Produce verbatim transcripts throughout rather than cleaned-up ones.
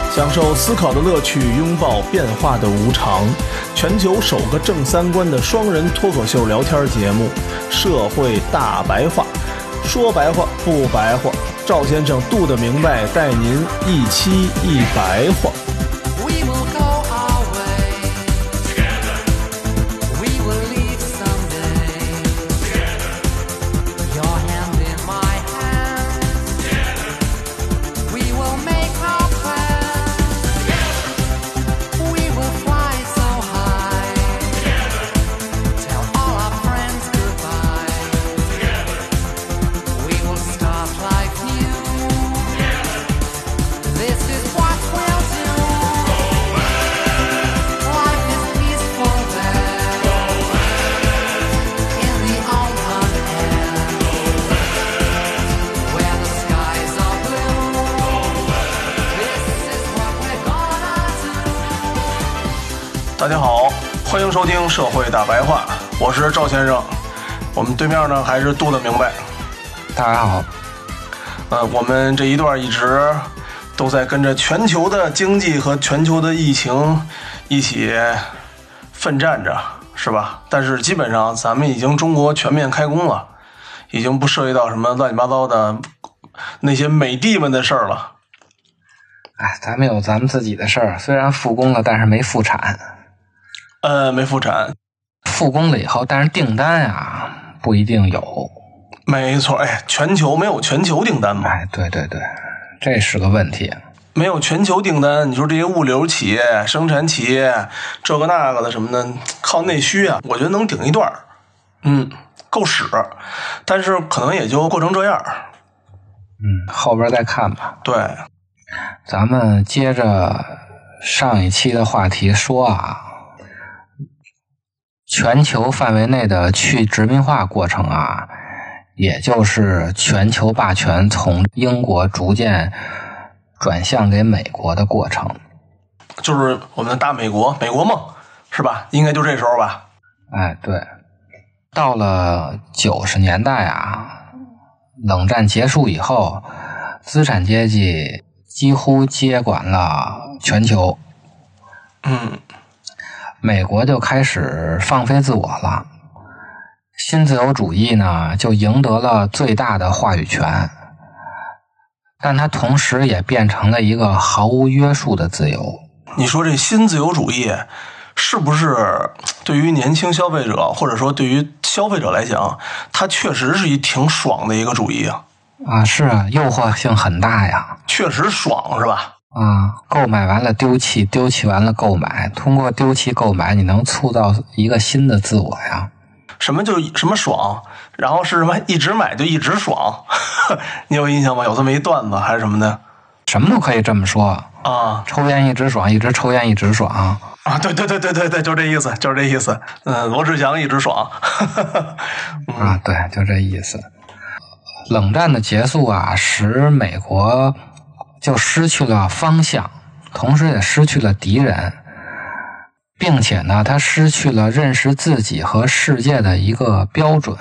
享受思考的乐趣，拥抱变化的无常。全球首个正三观的双人脱口秀聊天节目《社会大白话》，说白话不白话，赵先生度的明白，带您一期一白话。大家好，欢迎收听社会大白话，我是赵先生。我们对面呢还是度的明白。 大家好。 呃，我们这一段一直都在跟着全球的经济和全球的疫情一起奋战着，是吧？但是基本上咱们已经中国全面开工了，已经不涉及到什么乱七八糟的那些美帝们的事儿了。 哎，咱们有咱们自己的事儿，虽然复工了，但是没复产。 呃，没复产， 复工了以后，但是订单啊不一定有。 没错，哎，全球没有全球订单嘛？ 哎，对对对，这是个问题。 没有全球订单，你说这些物流企业、生产企业，这个那个的什么的，靠内需啊，我觉得能顶一段，嗯，够使，但是可能也就过成这样。 嗯，后边再看吧。 对， 咱们接着上一期的话题说啊。全球范围内的去殖民化过程啊，也就是全球霸权从英国逐渐转向给美国的过程， 就是我们的大美国，美国梦，是吧？应该就这时候吧。 哎，对。到了九十年代啊，冷战结束以后，资产阶级几乎接管了全球。 嗯。 美国就开始放飞自我了，新自由主义呢就赢得了最大的话语权，但它同时也变成了一个毫无约束的自由。 你说这新自由主义是不是对于年轻消费者或者说对于消费者来讲，它确实是一挺爽的一个主义啊？ 啊，是啊，诱惑性很大呀。 确实爽是吧？ 啊，购买完了丢弃，丢弃完了购买，通过丢弃购买，你能塑造一个新的自我呀。 什么就什么爽，然后是什么一直买就一直爽，你有印象吗？有这么一段子还是什么的？ 什么都可以这么说啊， 抽烟一直爽，一直抽烟一直爽啊，对对对对对对，就这意思，就是这意思。嗯，罗志祥一直爽。 嗯、啊，对，就这意思。冷战的结束啊，使美国就失去了方向，同时也失去了敌人，并且呢，他失去了认识自己和世界的一个标准。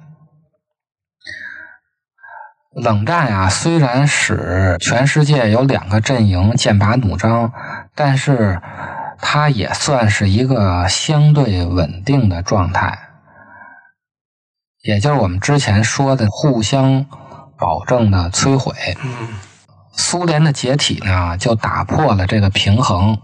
冷战啊，虽然使全世界有两个阵营剑拔弩张，但是它也算是一个相对稳定的状态，也就是我们之前说的互相保证的摧毁。 嗯。 苏联的解体呢，就打破了这个平衡。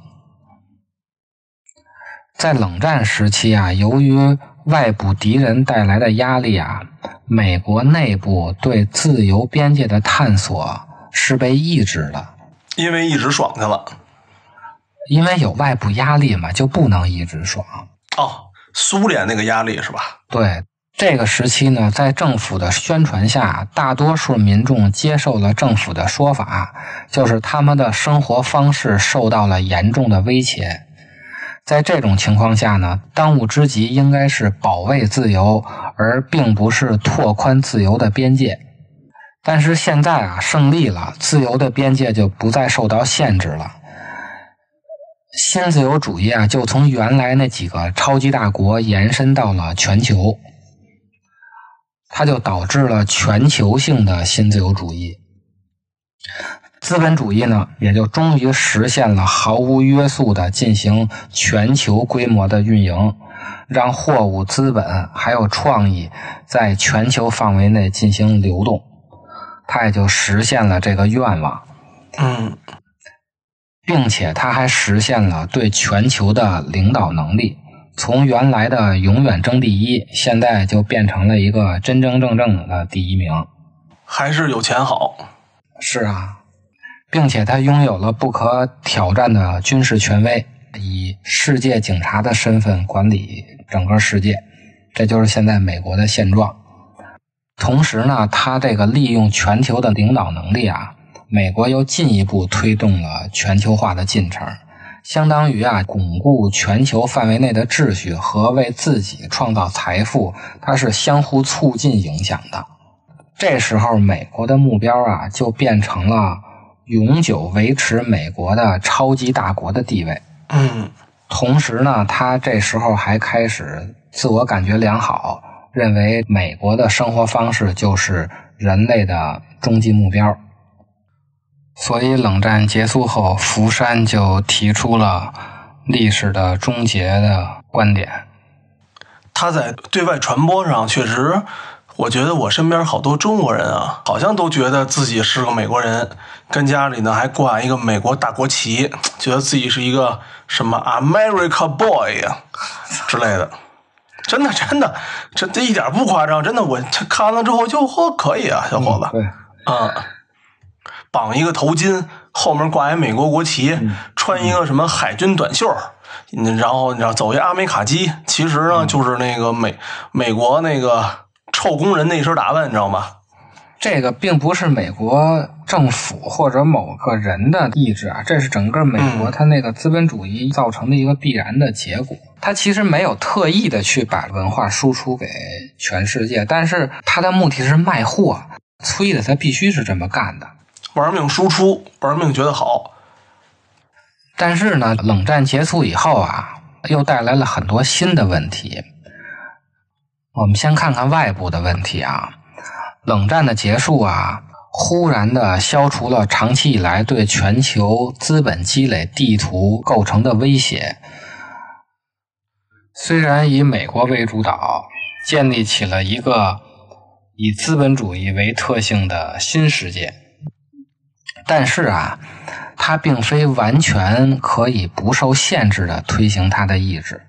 在冷战时期啊，由于外部敌人带来的压力啊，美国内部对自由边界的探索是被抑制的。 因为一直爽去了。 因为有外部压力嘛，就不能一直爽。 哦，苏联那个压力是吧？ 对。这个时期呢，在政府的宣传下，大多数民众接受了政府的说法，就是他们的生活方式受到了严重的威胁。在这种情况下呢，当务之急应该是保卫自由，而并不是拓宽自由的边界。但是现在啊，胜利了，自由的边界就不再受到限制了。新自由主义啊，就从原来那几个超级大国延伸到了全球。它就导致了全球性的新自由主义。 资本主义呢，也就终于实现了毫无约束的进行全球规模的运营，让货物、资本还有创意在全球范围内进行流动，它也就实现了这个愿望。 嗯， 并且它还实现了对全球的领导能力，从原来的永远争第一，现在就变成了一个真真正正的第一名。 还是有钱好。 是啊，并且他拥有了不可挑战的军事权威，以世界警察的身份管理整个世界，这就是现在美国的现状。同时呢，他这个利用全球的领导能力啊，美国又进一步推动了全球化的进程，相当于啊巩固全球范围内的秩序和为自己创造财富，它是相互促进影响的。这时候美国的目标啊就变成了永久维持美国的超级大国的地位。 嗯， 同时呢，他这时候还开始自我感觉良好，认为美国的生活方式就是人类的终极目标。所以冷战结束后，福山就提出了历史的终结的观点。 他在对外传播上确实，我觉得我身边好多中国人啊，好像都觉得自己是个美国人，跟家里呢还挂一个美国大国旗，觉得自己是一个什么 America boy 呀、啊、之类的。真的真的，这这一点不夸张，真的我看了之后就嚯、哦、可以啊，小伙子， 嗯、对， 啊、嗯，绑一个头巾，后面挂一美国国旗， 嗯、 穿一个什么海军短袖。嗯、然后你知道走一阿美卡基，其实呢、嗯、就是那个美美国那个臭工人那身打扮，你知道吗？ 这个并不是美国政府或者某个人的意志啊，这是整个美国它那个资本主义造成的一个必然的结果。它其实没有特意的去把文化输出给全世界，但是它的目的是卖货，催的它必须是这么干的， 玩命输出，玩命觉得好。 但是呢，冷战结束以后啊，又带来了很多新的问题。我们先看看外部的问题啊。冷战的结束啊，忽然的消除了长期以来对全球资本积累地图构成的威胁。虽然以美国为主导，建立起了一个以资本主义为特性的新世界，但是啊，它并非完全可以不受限制的推行它的意志。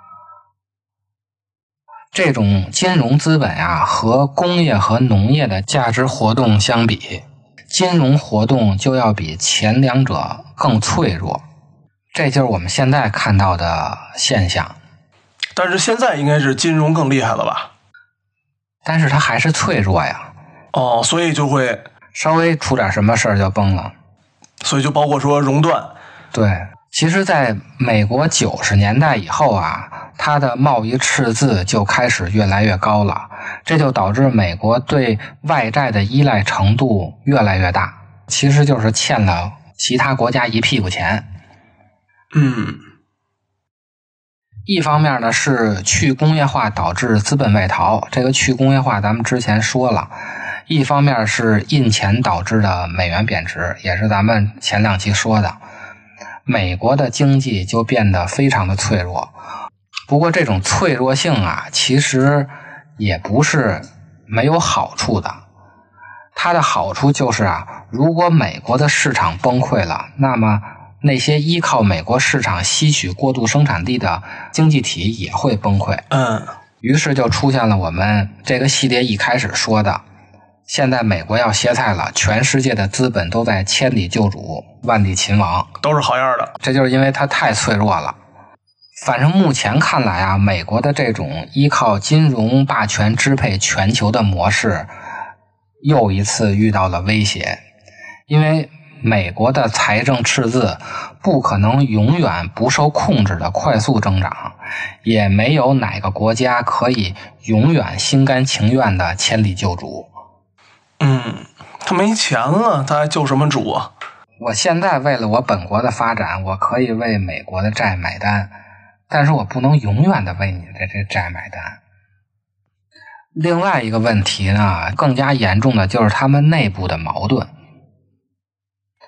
这种金融资本啊，和工业和农业的价值活动相比，金融活动就要比前两者更脆弱，这就是我们现在看到的现象。 但是现在应该是金融更厉害了吧？ 但是它还是脆弱呀。 哦，所以就会稍微出点什么事儿就崩了。 所以就包括说熔断。 对，其实在美国九十年代以后啊，它的贸易赤字就开始越来越高了，这就导致美国对外债的依赖程度越来越大，其实就是欠了其他国家一屁股钱。 嗯， 一方面呢是去工业化导致资本外逃，这个去工业化咱们之前说了，一方面是印钱导致的美元贬值，也是咱们前两期说的，美国的经济就变得非常的脆弱。不过这种脆弱性啊，其实也不是没有好处的。它的好处就是啊，如果美国的市场崩溃了，那么那些依靠美国市场吸取过度生产力的经济体也会崩溃。 嗯， 于是就出现了我们这个系列一开始说的，现在美国要歇菜了，全世界的资本都在千里救主，万里勤王， 都是好样的。 这就是因为它太脆弱了。反正目前看来啊，美国的这种依靠金融霸权支配全球的模式又一次遇到了威胁，因为美国的财政赤字不可能永远不受控制的快速增长，也没有哪个国家可以永远心甘情愿的千里救主。 嗯，他没钱了，他还救什么主啊？ 我现在为了我本国的发展，我可以为美国的债买单，但是我不能永远的为你的这债买单。另外一个问题呢，更加严重的就是他们内部的矛盾。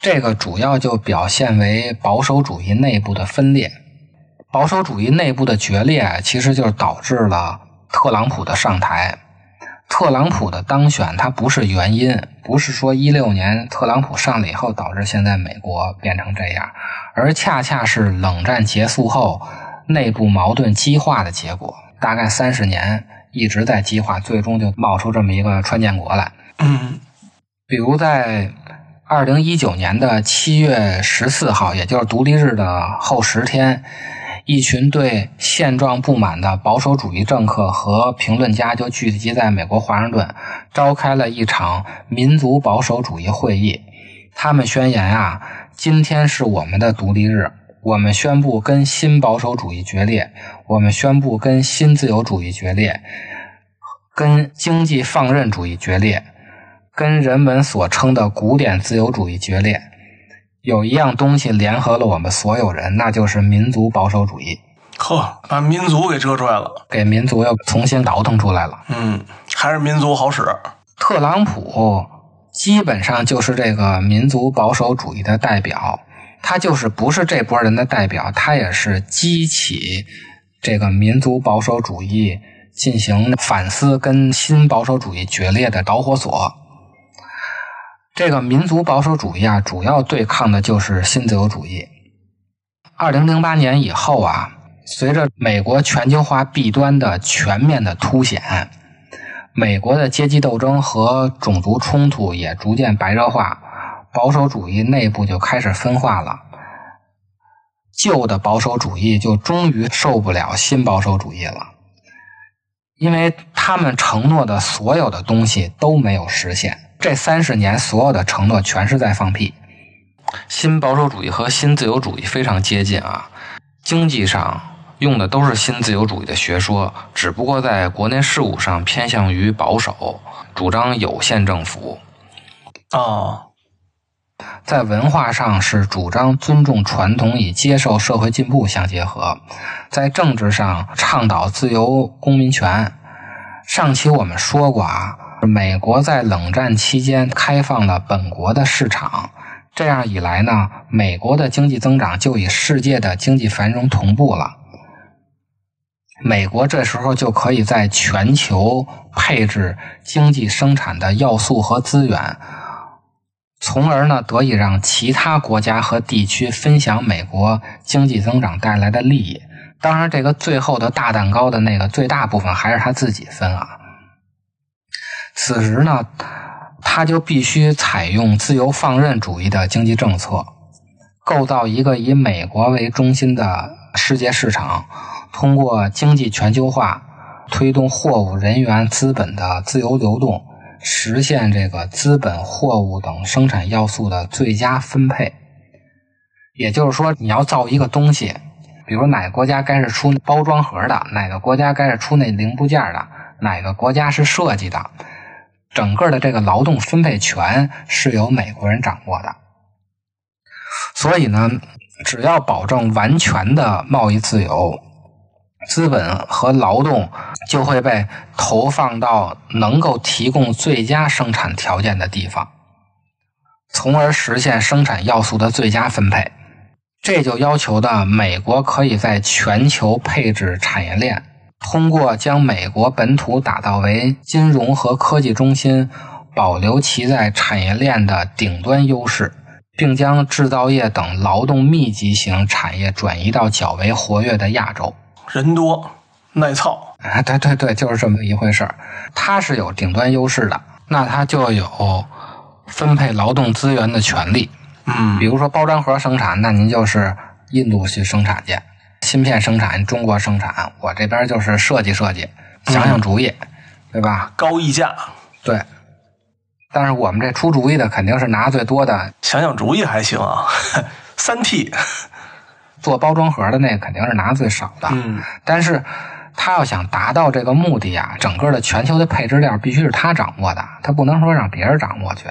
这个主要就表现为保守主义内部的分裂。保守主义内部的决裂其实就导致了特朗普的上台。特朗普的当选它不是原因，不是说一六年特朗普上了以后导致现在美国变成这样，而恰恰是冷战结束后内部矛盾激化的结果。大概三十年一直在激化，最终就冒出这么一个川建国来。 嗯， 比如在二零一九年的七月十四号，也就是独立日的后十天，一群对现状不满的保守主义政客和评论家就聚集在美国华盛顿，召开了一场民族保守主义会议。他们宣言啊，今天是我们的独立日，我们宣布跟新保守主义决裂，我们宣布跟新自由主义决裂，跟经济放任主义决裂，跟人们所称的古典自由主义决裂。有一样东西联合了我们所有人，那就是民族保守主义。 呵，把民族给遮出来了， 给民族又重新倒腾出来了。 嗯，还是民族好使。 特朗普基本上就是这个民族保守主义的代表，他就是不是这波人的代表，他也是激起这个民族保守主义进行反思跟新保守主义决裂的导火索。这个民族保守主义啊，主要对抗的就是新自由主义。二零零八年以后啊，随着美国全球化弊端的全面的凸显，美国的阶级斗争和种族冲突也逐渐白热化，保守主义内部就开始分化了。旧的保守主义就终于受不了新保守主义了，因为他们承诺的所有的东西都没有实现。这三十年所有的承诺全是在放屁。新保守主义和新自由主义非常接近啊，经济上用的都是新自由主义的学说，只不过在国内事务上偏向于保守，主张有限政府。 哦， 在文化上是主张尊重传统与接受社会进步相结合，在政治上倡导自由公民权。上期我们说过啊，美国在冷战期间开放了本国的市场，这样一来呢，美国的经济增长就与世界的经济繁荣同步了。美国这时候就可以在全球配置经济生产的要素和资源，从而呢得以让其他国家和地区分享美国经济增长带来的利益。当然这个最后的大蛋糕的那个最大部分还是他自己分啊。此时呢，他就必须采用自由放任主义的经济政策，构造一个以美国为中心的世界市场，通过经济全球化推动货物、人员、资本的自由流动，实现这个资本、货物等生产要素的最佳分配。也就是说，你要造一个东西，比如哪个国家该是出包装盒的，哪个国家该是出那零部件的，哪个国家是设计的，整个的这个劳动分配权是由美国人掌握的。所以呢，只要保证完全的贸易自由，资本和劳动就会被投放到能够提供最佳生产条件的地方，从而实现生产要素的最佳分配。这就要求的美国可以在全球配置产业链，通过将美国本土打造为金融和科技中心，保留其在产业链的顶端优势，并将制造业等劳动密集型产业转移到较为活跃的亚洲。 人多耐操啊，对对对，就是这么一回事儿。它是有顶端优势的，那它就有分配劳动资源的权利。 嗯， 比如说包装盒生产，那您就是印度去生产去；芯片生产中国生产，我这边就是设计设计，想想主意，嗯、对吧？ 高溢价。 对。但是我们这出主意的肯定是拿最多的。 想想主意还行啊，三 T。 做包装盒的那个肯定是拿最少的。 嗯。 但是他要想达到这个目的啊，整个的全球的配置链必须是他掌握的，他不能说让别人掌握去。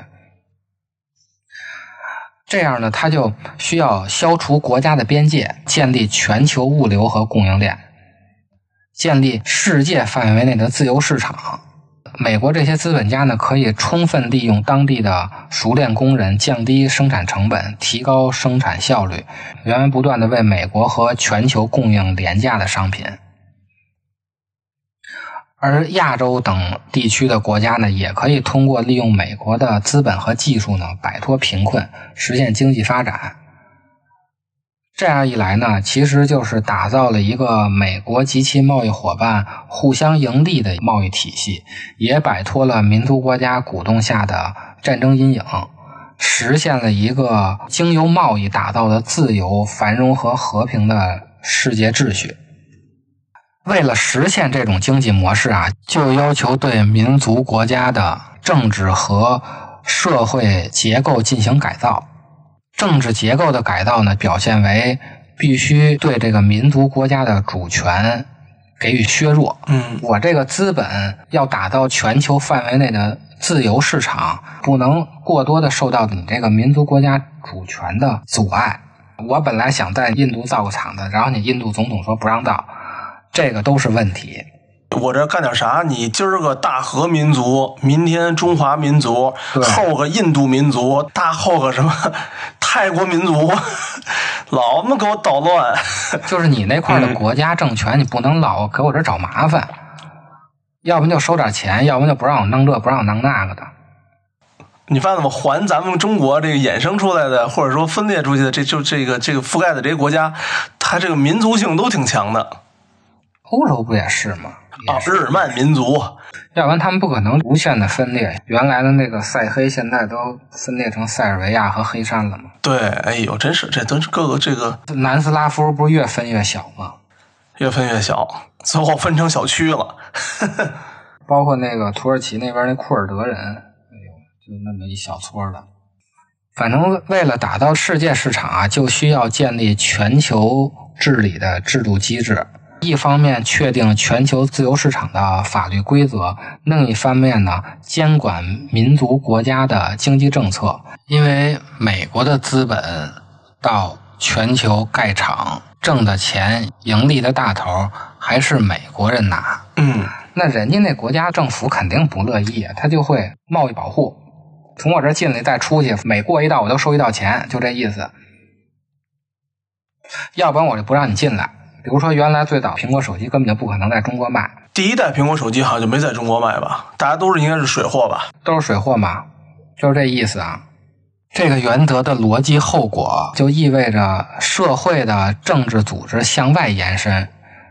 这样呢，他就需要消除国家的边界，建立全球物流和供应链，建立世界范围内的自由市场。 美国这些资本家呢，可以充分利用当地的熟练工人，降低生产成本，提高生产效率，源源不断地为美国和全球供应廉价的商品。而亚洲等地区的国家呢，也可以通过利用美国的资本和技术呢，摆脱贫困，实现经济发展。这样一来呢，其实就是打造了一个美国及其贸易伙伴互相盈利的贸易体系，也摆脱了民族国家鼓动下的战争阴影，实现了一个经由贸易打造的自由、繁荣和和平的世界秩序。为了实现这种经济模式啊，就要求对民族国家的政治和社会结构进行改造。政治结构的改造呢，表现为必须对这个民族国家的主权给予削弱。 嗯， 我这个资本要打造全球范围内的自由市场，不能过多的受到你这个民族国家主权的阻碍。我本来想在印度造个厂子，然后你印度总统说不让造，这个都是问题。 我这干点啥？你今儿个大和民族，明天中华民族，后个印度民族，大后个什么泰国民族，老么给我捣乱。 就是你那块的国家政权，嗯、你不能老给我这找麻烦，要不就收点钱，要不就不让我弄这，不让我弄那个的。 你发现怎么还咱们中国这个衍生出来的，或者说分裂出去的，这就这个这个覆盖的这些国家，它这个民族性都挺强的。 欧洲不也是吗？ 啊，日耳曼民族， 要不然他们不可能无限的分裂。原来的那个塞黑现在都分裂成塞尔维亚和黑山了吗？ 对，哎呦，真是这都是各个这个南斯拉夫不是越分越小吗？ 越分越小，最后分成小区了。 包括那个土耳其那边那库尔德人，哎呦，就那么一小撮的。反正为了打造世界市场啊，就需要建立全球治理的制度机制。一方面确定全球自由市场的法律规则，另一方面呢，监管民族国家的经济政策。因为美国的资本到全球盖厂挣的钱，盈利的大头还是美国人拿。 嗯， 那人家那国家政府肯定不乐意，他就会贸易保护，从我这进来再出去，每过一道我就收一道钱，就这意思。要不然我就不让你进来。比如说原来最早苹果手机根本就不可能在中国卖， 第一代苹果手机好像就没在中国卖吧，大家都是应该是水货吧， 都是水货嘛，就是这意思啊。这个原则的逻辑后果就意味着社会的政治组织向外延伸，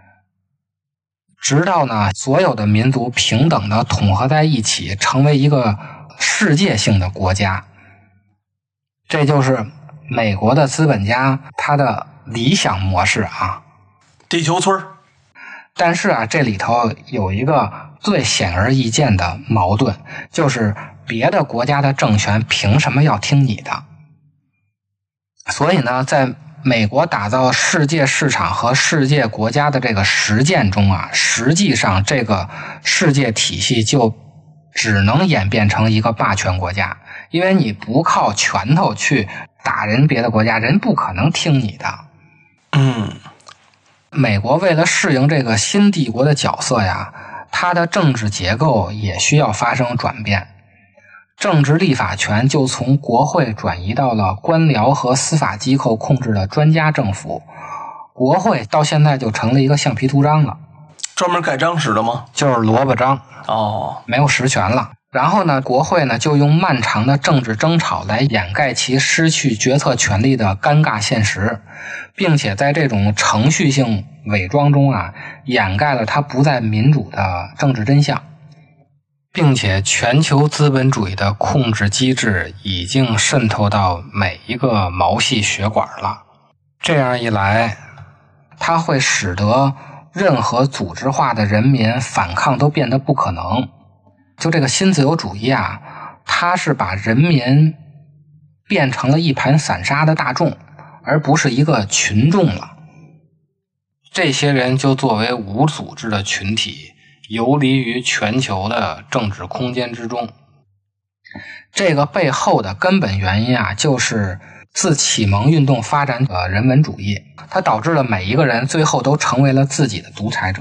直到呢所有的民族平等的统合在一起，成为一个世界性的国家。这就是美国的资本家他的理想模式啊， 地球村。 但是啊，这里头有一个最显而易见的矛盾，就是别的国家的政权凭什么要听你的？所以呢，在美国打造世界市场和世界国家的这个实践中啊，实际上这个世界体系就只能演变成一个霸权国家，因为你不靠拳头去打人别的国家，人不可能听你的。 嗯， 美国为了适应这个新帝国的角色呀，它的政治结构也需要发生转变。政治立法权就从国会转移到了官僚和司法机构控制的专家政府，国会到现在就成了一个橡皮图章了。 专门盖章使的吗？ 就是萝卜章哦， 没有实权了。然后呢，国会呢就用漫长的政治争吵来掩盖其失去决策权力的尴尬现实，并且在这种程序性伪装中啊，掩盖了它不再民主的政治真相。并且全球资本主义的控制机制已经渗透到每一个毛细血管了。这样一来，它会使得任何组织化的人民反抗都变得不可能。就这个新自由主义啊，它是把人民变成了一盘散沙的大众，而不是一个群众了。这些人就作为无组织的群体游离于全球的政治空间之中。这个背后的根本原因啊，就是自启蒙运动发展的人文主义，它导致了每一个人最后都成为了自己的独裁者。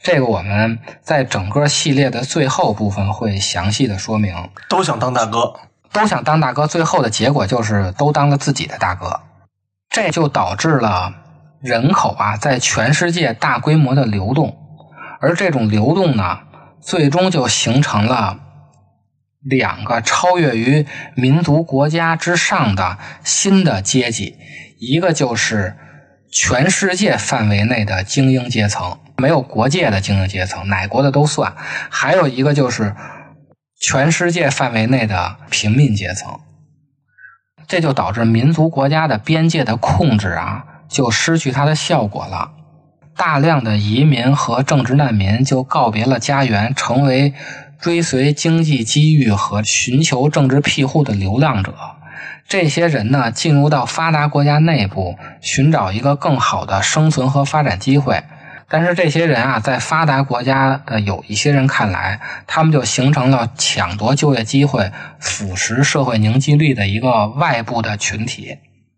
这个我们在整个系列的最后部分会详细的说明。 都想当大哥， 都想当大哥，最后的结果就是都当了自己的大哥。这就导致了人口啊在全世界大规模的流动，而这种流动呢，最终就形成了两个超越于民族国家之上的新的阶级，一个就是全世界范围内的精英阶层，没有国界的精英阶层，哪国的都算；还有一个就是全世界范围内的平民阶层。这就导致民族国家的边界的控制啊，就失去它的效果了。大量的移民和政治难民就告别了家园，成为追随经济机遇和寻求政治庇护的流浪者。这些人呢，进入到发达国家内部，寻找一个更好的生存和发展机会。但是这些人啊，在发达国家的有一些人看来，他们就形成了抢夺就业机会、腐蚀社会凝聚力的一个外部的群体。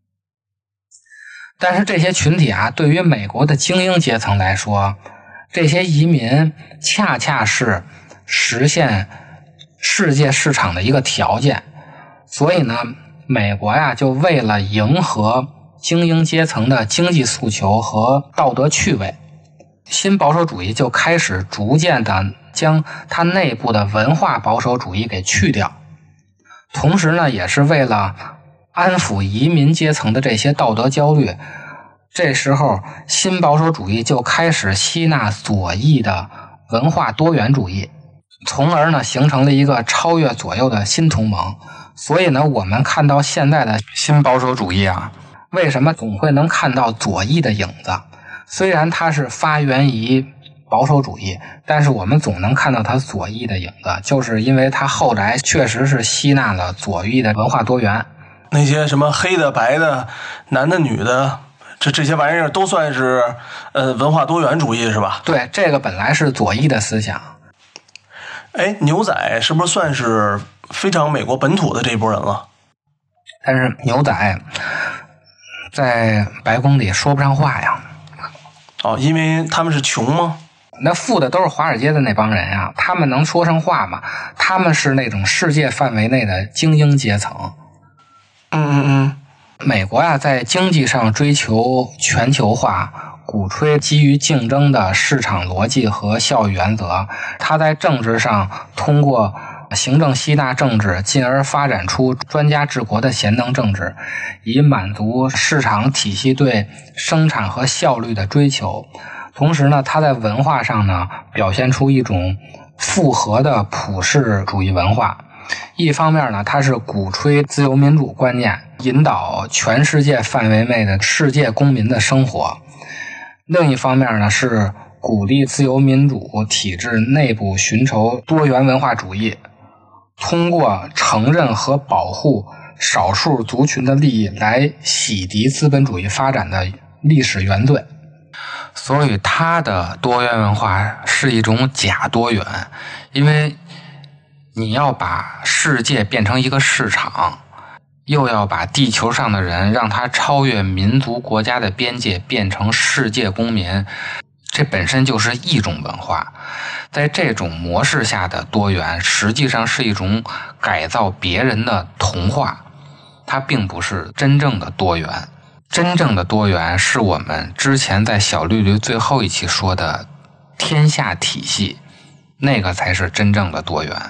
但是这些群体啊，对于美国的精英阶层来说，这些移民恰恰是实现世界市场的一个条件。所以呢，美国呀，就为了迎合精英阶层的经济诉求和道德趣味，新保守主义就开始逐渐的将它内部的文化保守主义给去掉。同时呢，也是为了安抚移民阶层的这些道德焦虑，这时候新保守主义就开始吸纳左翼的文化多元主义，从而呢形成了一个超越左右的新同盟。所以呢，我们看到现在的新保守主义啊，为什么总会能看到左翼的影子？虽然它是发源于保守主义，但是我们总能看到它左翼的影子，就是因为它后来确实是吸纳了左翼的文化多元。 那些什么黑的、白的、男的、女的，这这些玩意儿都算是呃文化多元主义是吧？ 对，这个本来是左翼的思想。 哎，牛仔是不是算是非常美国本土的这一波人了？ 但是牛仔在白宫里说不上话呀。 哦，因为他们是穷吗？ 那富的都是华尔街的那帮人啊，他们能说上话吗？他们是那种世界范围内的精英阶层。 嗯嗯嗯。 美国啊，在经济上追求全球化，鼓吹基于竞争的市场逻辑和效益原则。他在政治上通过行政吸纳政治，进而发展出专家治国的贤能政治，以满足市场体系对生产和效率的追求。同时呢，他在文化上呢，表现出一种复合的普世主义文化。一方面呢，他是鼓吹自由民主观念，引导全世界范围内的世界公民的生活。另一方面呢，是鼓励自由民主体制内部寻求多元文化主义，通过承认和保护少数族群的利益来洗涤资本主义发展的历史原罪。所以它的多元文化是一种假多元，因为你要把世界变成一个市场，又要把地球上的人让他超越民族国家的边界，变成世界公民，这本身就是一种文化。在这种模式下的多元，实际上是一种改造别人的同化，它并不是真正的多元。真正的多元是我们之前在小绿绿最后一期说的天下体系，那个才是真正的多元。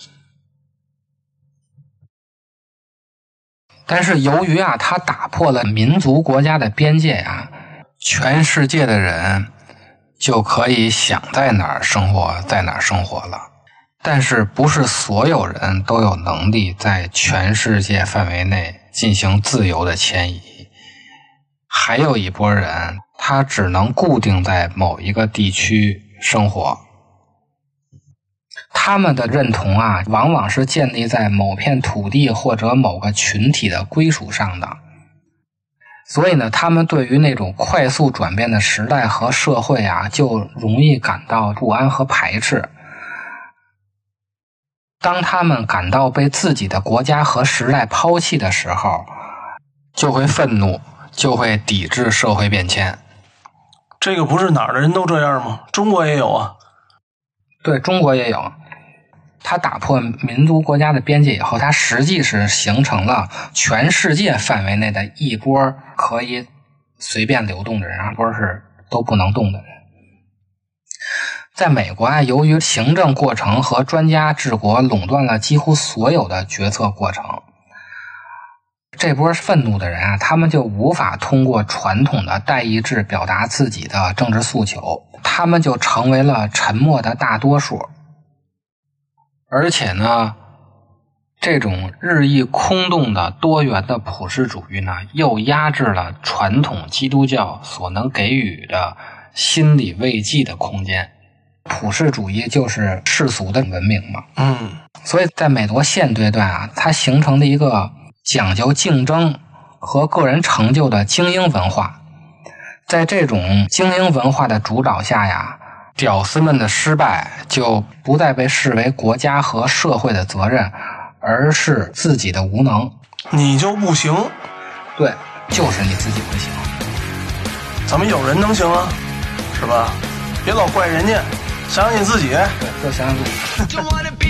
但是由于啊，它打破了民族国家的边界啊，全世界的人就可以想在哪儿生活在哪儿生活了。但是不是所有人都有能力在全世界范围内进行自由的迁移，还有一波人他只能固定在某一个地区生活。他们的认同啊，往往是建立在某片土地或者某个群体的归属上的。所以呢，他们对于那种快速转变的时代和社会啊，就容易感到不安和排斥。当他们感到被自己的国家和时代抛弃的时候，就会愤怒，就会抵制社会变迁。 这个不是哪儿的人都这样吗？中国也有啊。 对，中国也有。它打破民族国家的边界以后，它实际是形成了全世界范围内的一波可以随便流动的人，一波是都不能动的人。在美国啊，由于行政过程和专家治国垄断了几乎所有的决策过程，这波愤怒的人啊，他们就无法通过传统的代议制表达自己的政治诉求，他们就成为了沉默的大多数。而且呢，这种日益空洞的多元的普世主义呢，又压制了传统基督教所能给予的心理慰藉的空间。普世主义就是世俗的文明嘛。 嗯， 所以在美国现阶段啊，它形成了一个讲究竞争和个人成就的精英文化。在这种精英文化的主导下呀，屌丝们的失败就不再被视为国家和社会的责任，而是自己的无能。 你就不行。 对，就是你自己不行。 咱们有人能行啊，是吧？别老怪人家，想想你自己。 对，就想想自己。